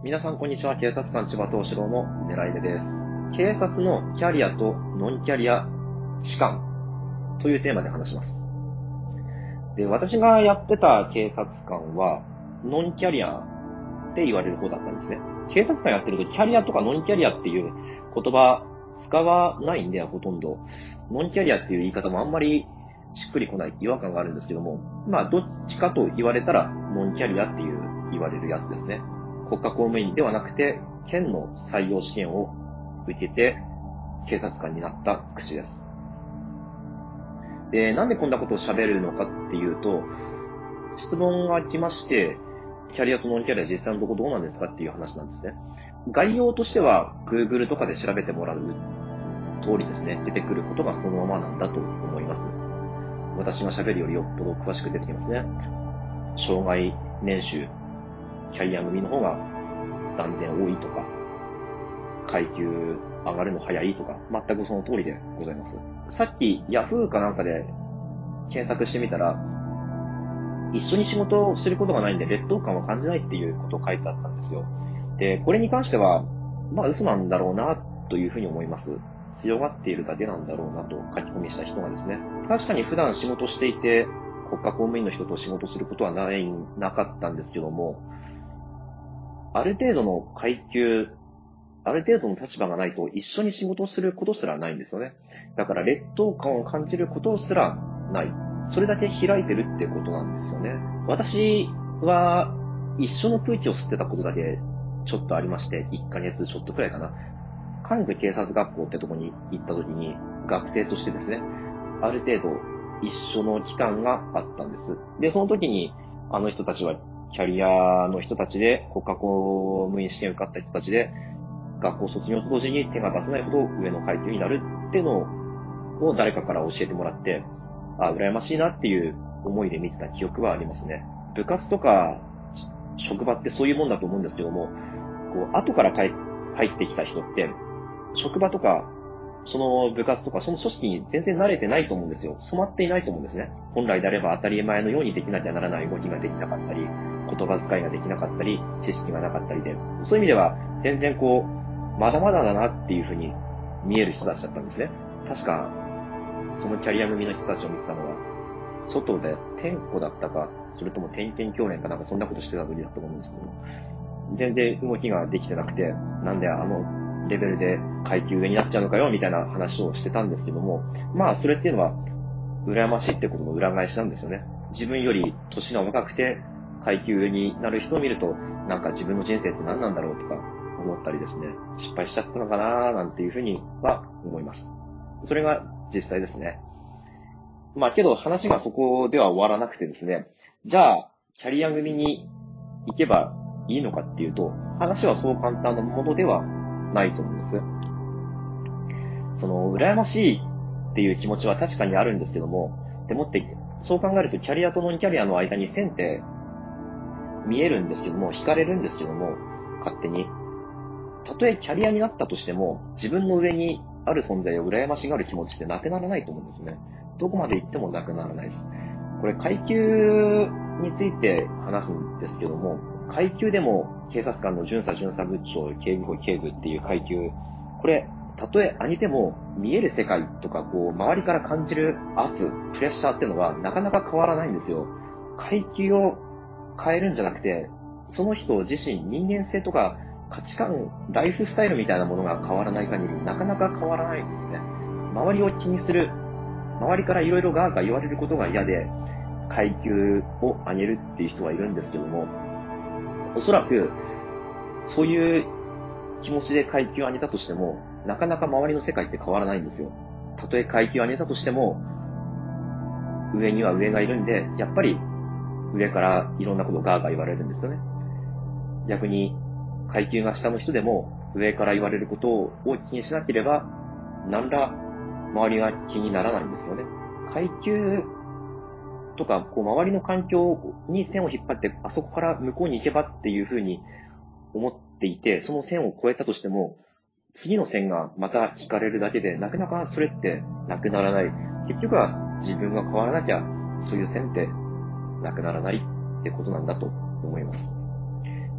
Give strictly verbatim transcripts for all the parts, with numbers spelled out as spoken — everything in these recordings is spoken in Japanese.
皆さんこんにちは。警察官千葉東志郎の狙い目です。警察のキャリアとノンキャリア士官というテーマで話します。で、私がやってた警察官はノンキャリアって言われる方だったんですね。警察官やってるとキャリアとかノンキャリアっていう言葉使わないんではほとんど。ノンキャリアっていう言い方もあんまりしっくりこない違和感があるんですけども、まあどっちかと言われたらノンキャリアっていう言われるやつですね。国家公務員ではなくて、県の採用試験を受けて、警察官になった口です。で、なんでこんなことを喋るのかっていうと、質問が来まして、キャリアとノンキャリア実際のところどうなんですかっていう話なんですね。概要としては、Google とかで調べてもらう通りですね、出てくることがそのままなんだと思います。私が喋るよりよっぽど詳しく出てきますね。障害年収、キャリア組の方が断然多いとか、階級上がるの早いとか、全くその通りでございます。さっき Yahoo かなんかで検索してみたら、一緒に仕事をすることがないんで劣等感を感じないっていうことを書いてあったんですよ。で、これに関しては、まあ嘘なんだろうなというふうに思います。強がっているだけなんだろうなと書き込みした人がですね。確かに普段仕事していて、国家公務員の人と仕事することはない、なかったんですけども、ある程度の階級、ある程度の立場がないと一緒に仕事をすることすらないんですよね。だから劣等感を感じることすらない。それだけ開いてるってことなんですよね。私は一緒の空気を吸ってたことだけちょっとありまして、いっかげつちょっとくらいかな。関空警察学校ってとこに行った時に学生としてですね、ある程度一緒の期間があったんです。で、その時にあの人たちはキャリアの人たちで、国家公務員試験受かった人たちで、学校卒業と同時に手が出せないほど上の階級になるっていうのを誰かから教えてもらって、あ、羨ましいなっていう思いで見てた記憶はありますね。部活とか職場ってそういうもんだと思うんですけども、こう後から入ってきた人って、職場とかその部活とかその組織に全然慣れてないと思うんですよ。染まっていないと思うんですね。本来であれば当たり前のようにできなきゃならない動きができなかったり、言葉遣いができなかったり、知識がなかったりで、そういう意味では全然こう、まだまだだなっていうふうに見える人たちだったんですね。確か、そのキャリア組の人たちを見てたのは、外で天候だったか、それとも点検教練かなんかそんなことしてた時だと思うんですけど、全然動きができてなくて、なんであのレベルで階級上になっちゃうのかよ、みたいな話をしてたんですけども、まあそれっていうのは、羨ましいってことの裏返しなんですよね。自分より年が若くて階級上になる人を見ると、なんか自分の人生って何なんだろうとか思ったりですね、失敗しちゃったのかななんていうふうには思います。それが実際ですね。まあけど話がそこでは終わらなくてですね、じゃあ、キャリア組に行けばいいのかっていうと、話はそう簡単なものではないと思うんです。その、羨ましいっていう気持ちは確かにあるんですけども、でもって、そう考えるとキャリアとノンキャリアの間に線って見えるんですけども、惹かれるんですけども、勝手に。たとえキャリアになったとしても、自分の上にある存在を羨ましがる気持ちってなくならないと思うんですね。どこまで行ってもなくならないです。これ階級について話すんですけども、階級でも警察官の巡査巡査部長、警部補警部っていう階級、これ、たとえ上げても見える世界とか、こう、周りから感じる圧、プレッシャーっていうのはなかなか変わらないんですよ。階級を変えるんじゃなくて、その人自身、人間性とか価値観、ライフスタイルみたいなものが変わらない限り、なかなか変わらないんですよね。周りを気にする、周りからいろいろガーガー言われることが嫌で、階級を上げるっていう人はいるんですけども、おそらく、そういう気持ちで階級を上げたとしても、なかなか周りの世界って変わらないんですよ。たとえ階級を上げたとしても、上には上がいるんで、やっぱり上からいろんなことをガーガー言われるんですよね。逆に、階級が下の人でも、上から言われることを気にしなければ、何ら周りが気にならないんですよね。階級とか、こう、周りの環境に線を引っ張って、あそこから向こうに行けばっていうふうに思っていて、その線を越えたとしても、次の線がまた引かれるだけで、なかなかそれってなくならない。結局は自分が変わらなきゃ、そういう線ってなくならないってことなんだと思います。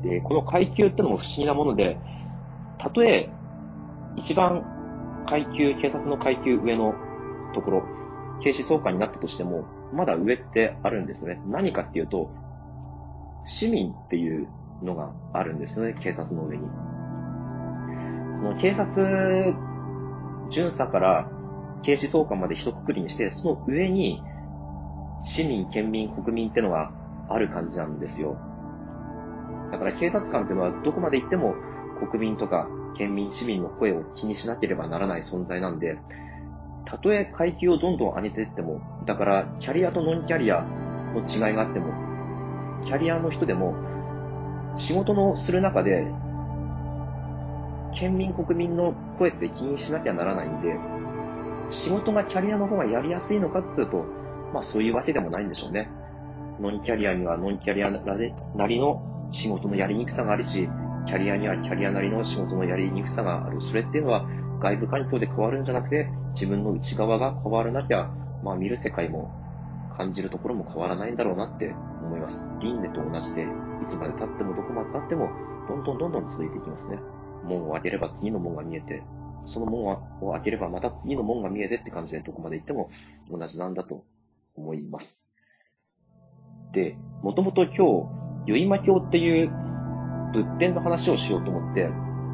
で、この階級ってのも不思議なもので、たとえ一番階級、警察の階級上のところ、警視総監になったとしても、まだ上ってあるんですよね。何かっていうと、市民っていうのがあるんですよね、警察の上に。その警察巡査から警視総監まで一括りにして、その上に市民、県民、国民ってのがある感じなんですよ。だから警察官っていうのはどこまで行っても国民とか県民、市民の声を気にしなければならない存在なんで、たとえ階級をどんどん上げていっても、だからキャリアとノンキャリアの違いがあっても、キャリアの人でも仕事のする中で県民、国民の声って気にしなきゃならないんで、仕事がキャリアの方がやりやすいのかっていうと、まあそういうわけでもないんでしょうね。ノンキャリアにはノンキャリアなりの仕事のやりにくさがあるし、キャリアにはキャリアなりの仕事のやりにくさがある。それっていうのは外部環境で変わるんじゃなくて、自分の内側が変わらなきゃ、まあ見る世界も感じるところも変わらないんだろうなって思います。輪廻と同じで、いつまで経ってもどこまで経っても、どんどんどんどん続いていきますね。門を開ければ次の門が見えて、その門を開ければまた次の門が見えてって感じでどこまで行っても同じなんだと思います。で、もともと今日、結馬教っていう仏典の話をしようと思って、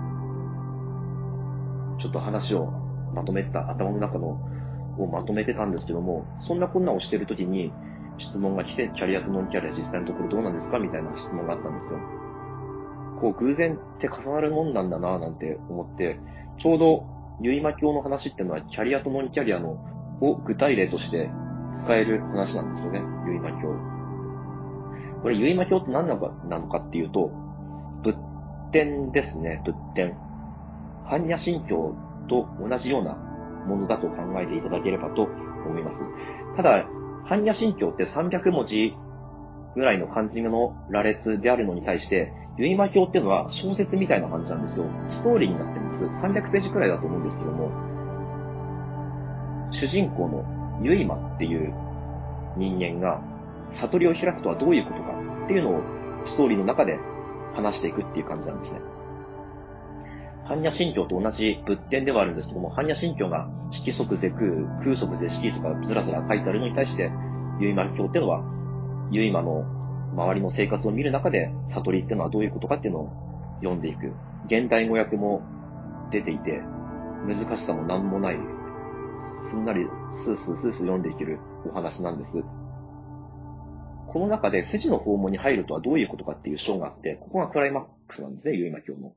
ちょっと話をまとめてた、頭の中のをまとめてたんですけども、そんなこんなをしているときに質問が来て、キャリアとノンキャリア実際のところどうなんですかみたいな質問があったんですよ。こう偶然って重なるもんなんだなぁなんて思って、ちょうど結馬教の話っていうのはキャリアとノンキャリアのを具体例として使える話なんですよね、結馬教。これ結馬教って何なのか、なのかっていうと、仏典ですね、仏典。般若心経と同じようなものだと考えていただければと思います。ただ、般若心経ってさんびゃくもじぐらいの漢字の羅列であるのに対して、結馬経っていうのは小説みたいな感じなんですよ。ストーリーになってるんです。さんびゃくページくらいだと思うんですけども、主人公の結馬っていう人間が悟りを開くとはどういうことかっていうのをストーリーの中で話していくっていう感じなんですね。般若心経と同じ仏典ではあるんですけども、般若心経が色即是空、空即是色とかずらずら書いてあるのに対して、結馬経っていうのは、結馬の周りの生活を見る中で、悟りっていうのはどういうことかっていうのを読んでいく。現代語訳も出ていて、難しさも何もない、すんなりスースースースー読んでいけるお話なんです。この中で富士の訪問に入るとはどういうことかっていう章があって、ここがクライマックスなんですね、結馬経の。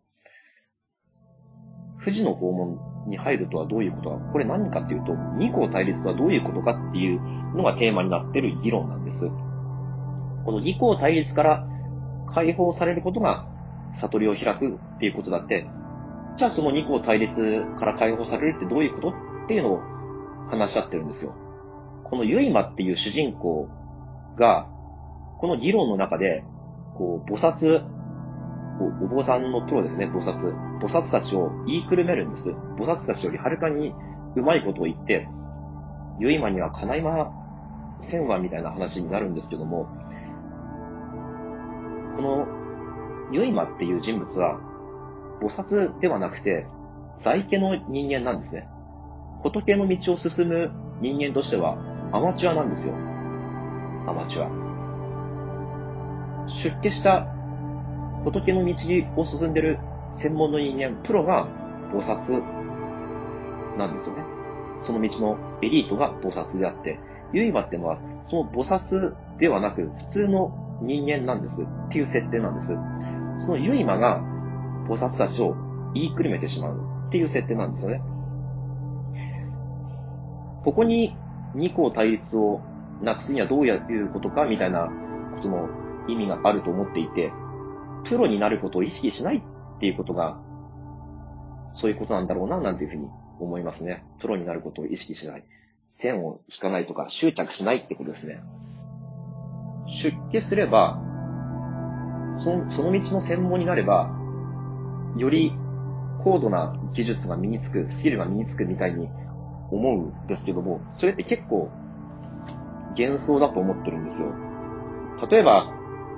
富士の訪問に入るとはどういうことか、これ何かっていうと、二項対立とはどういうことかっていうのがテーマになっている議論なんです。この二項対立から解放されることが悟りを開くっていうことだって、じゃあその二項対立から解放されるってどういうことっていうのを話し合ってるんですよ。この結馬っていう主人公が、この議論の中で、こう、菩薩、お坊さんのプロですね、菩薩。菩薩たちを言いくるめるんです。菩薩たちよりはるかにうまいことを言って、結馬には叶いませんわみたいな話になるんですけども、この結馬っていう人物は、菩薩ではなくて、在家の人間なんですね。仏の道を進む人間としては、アマチュアなんですよ。アマチュア。出家した仏の道を進んでる専門の人間、プロが菩薩なんですよね。その道のエリートが菩薩であって、結馬っていうのは、その菩薩ではなく、普通の人間なんですっていう設定なんです。その結馬が菩薩たちを言いくるめてしまうっていう設定なんですよね。ここに二項対立をなくすにはどういうことかみたいなことの意味があると思っていて、プロになることを意識しないっていうことが、そういうことなんだろうな、なんていうふうに思いますね。プロになることを意識しない。線を引かないとか執着しないってことですね。出家すれば、その、その道の専門になれば、より高度な技術が身につく、スキルが身につくみたいに思うんですけども、それって結構幻想だと思ってるんですよ。例えば、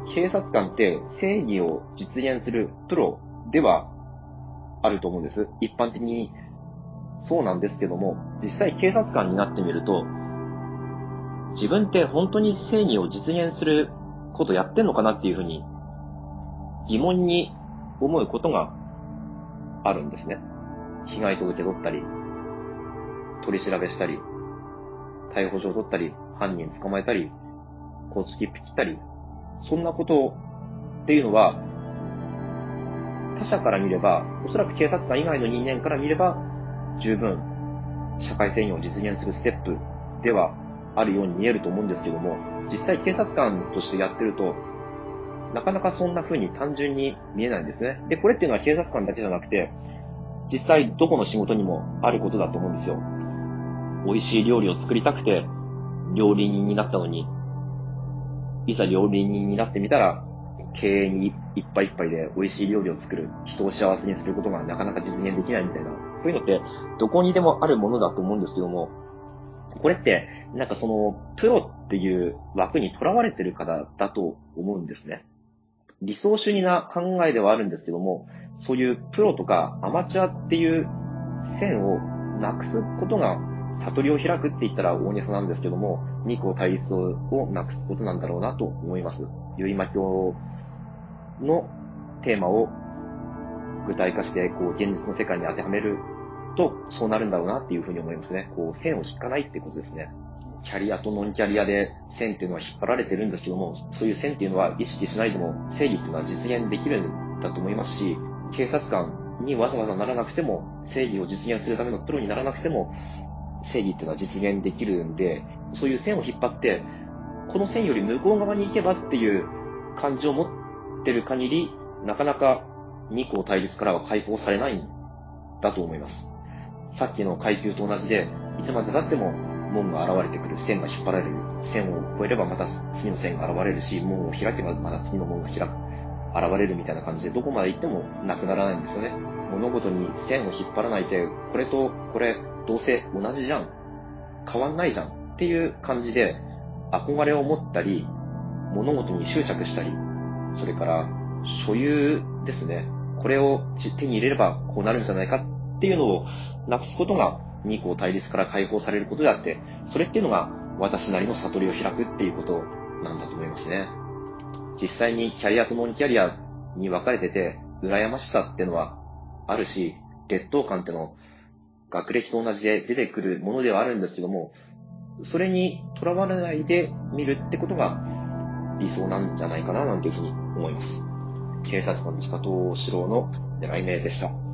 警察官って正義を実現するプロではあると思うんです。一般的にそうなんですけども、実際警察官になってみると、自分って本当に正義を実現することやってんのかなっていうふうに疑問に思うことがあるんですね。被害届取ったり、取り調べしたり、逮捕状取ったり、犯人捕まえたり、交通切符切ったり、そんなことっていうのは、他者から見れば、おそらく警察官以外の人間から見れば、十分社会正義を実現するステップではあるように見えると思うんですけども、実際警察官としてやってると、なかなかそんな風に単純に見えないんですね。で、これっていうのは警察官だけじゃなくて、実際どこの仕事にもあることだと思うんですよ。美味しい料理を作りたくて料理人になったのに、いざ料理人になってみたら、経営にいっぱいいっぱいで美味しい料理を作る、人を幸せにすることがなかなか実現できないみたいな、こういうのってどこにでもあるものだと思うんですけども、これって、なんかその、プロっていう枠にとらわれてるからだと思うんですね。理想主義な考えではあるんですけども、そういうプロとかアマチュアっていう線をなくすことが悟りを開くって言ったら大げさなんですけども、二項対立をなくすことなんだろうなと思います。ゆいま教のテーマを具体化して、こう、現実の世界に当てはめると、そうなるんだろうなっていうふうに思いますね。こう、線を引かないってことですね。キャリアとノンキャリアで線っていうのは引っ張られてるんですけども、そういう線っていうのは意識しないでも正義っていうのは実現できるんだと思いますし、警察官にわざわざならなくても、正義を実現するためのプロにならなくても、正義っていうのは実現できるんで、そういう線を引っ張って、この線より向こう側に行けばっていう感じを持ってる限り、なかなか二項対立からは解放されないんだと思います。さっきの階級と同じで、いつまで経っても門が現れてくる、線が引っ張られる、線を越えればまた次の線が現れるし、門を開けばまた次の門が開く、現れるみたいな感じで、どこまで行ってもなくならないんですよね。物事に線を引っ張らないで、これとこれどうせ同じじゃん、変わんないじゃんっていう感じで、憧れを持ったり、物事に執着したり、それから所有ですね。これを手に入れればこうなるんじゃないかっていうのをなくすことが二項対立から解放されることであって、それっていうのが私なりの悟りを開くっていうことなんだと思いますね。実際にキャリアとノンキャリアに分かれてて、羨ましさっていうのはあるし、劣等感っていうのを学歴と同じで出てくるものではあるんですけども、それにとらわれないで見るってことが理想なんじゃないかななんていうふうに思います。警察官の鹿藤史郎の狙い目でした。